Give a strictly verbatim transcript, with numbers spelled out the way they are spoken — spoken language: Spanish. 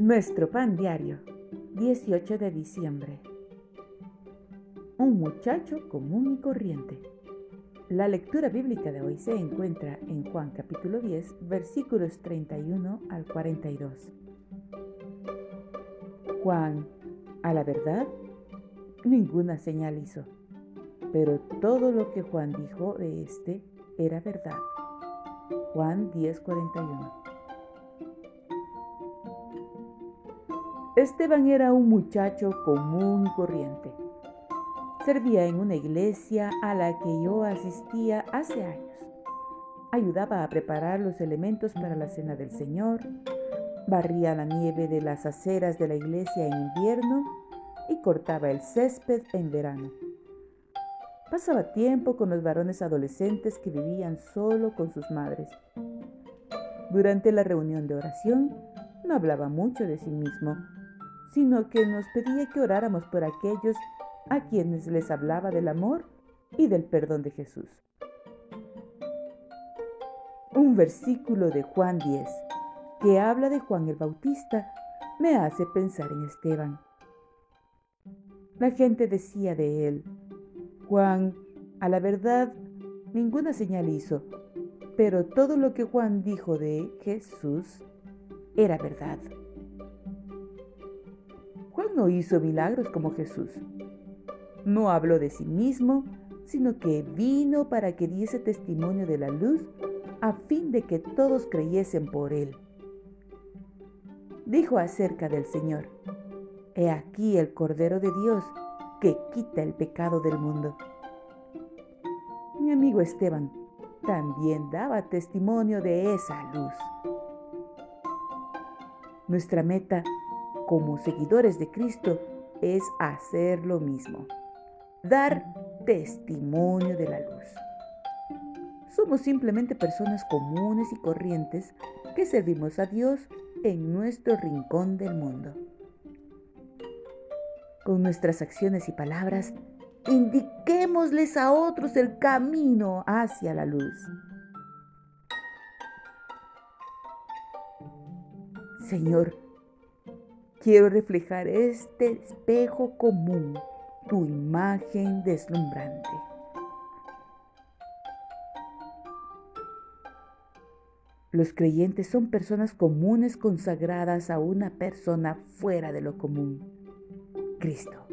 Nuestro pan diario, dieciocho de diciembre. Un muchacho común y corriente. La lectura bíblica de hoy se encuentra en Juan capítulo diez, versículos treinta y uno al cuarenta y dos. Juan, a la verdad, ninguna señal hizo, pero todo lo que Juan dijo de éste era verdad. Juan diez, cuarenta y uno. Esteban era un muchacho común y corriente. Servía en una iglesia a la que yo asistía hace años. Ayudaba a preparar los elementos para la cena del Señor, barría la nieve de las aceras de la iglesia en invierno y cortaba el césped en verano. Pasaba tiempo con los varones adolescentes que vivían solo con sus madres. Durante la reunión de oración, no hablaba mucho de sí mismo, sino que nos pedía que oráramos por aquellos a quienes les hablaba del amor y del perdón de Jesús. Un versículo de Juan diez, que habla de Juan el Bautista, me hace pensar en Esteban. La gente decía de él: Juan, a la verdad, ninguna señal hizo, pero todo lo que Juan dijo de Jesús era verdad. Juan no hizo milagros como Jesús. No habló de sí mismo, sino que vino para que diese testimonio de la luz a fin de que todos creyesen por él. Dijo acerca del Señor: He aquí el Cordero de Dios que quita el pecado del mundo. Mi amigo Esteban también daba testimonio de esa luz. Nuestra meta como seguidores de Cristo es hacer lo mismo, dar testimonio de la luz. Somos simplemente personas comunes y corrientes que servimos a Dios en nuestro rincón del mundo. Con nuestras acciones y palabras, indiquémosles a otros el camino hacia la luz. Señor, quiero reflejar este espejo común, tu imagen deslumbrante. Los creyentes son personas comunes consagradas a una persona fuera de lo común, Cristo.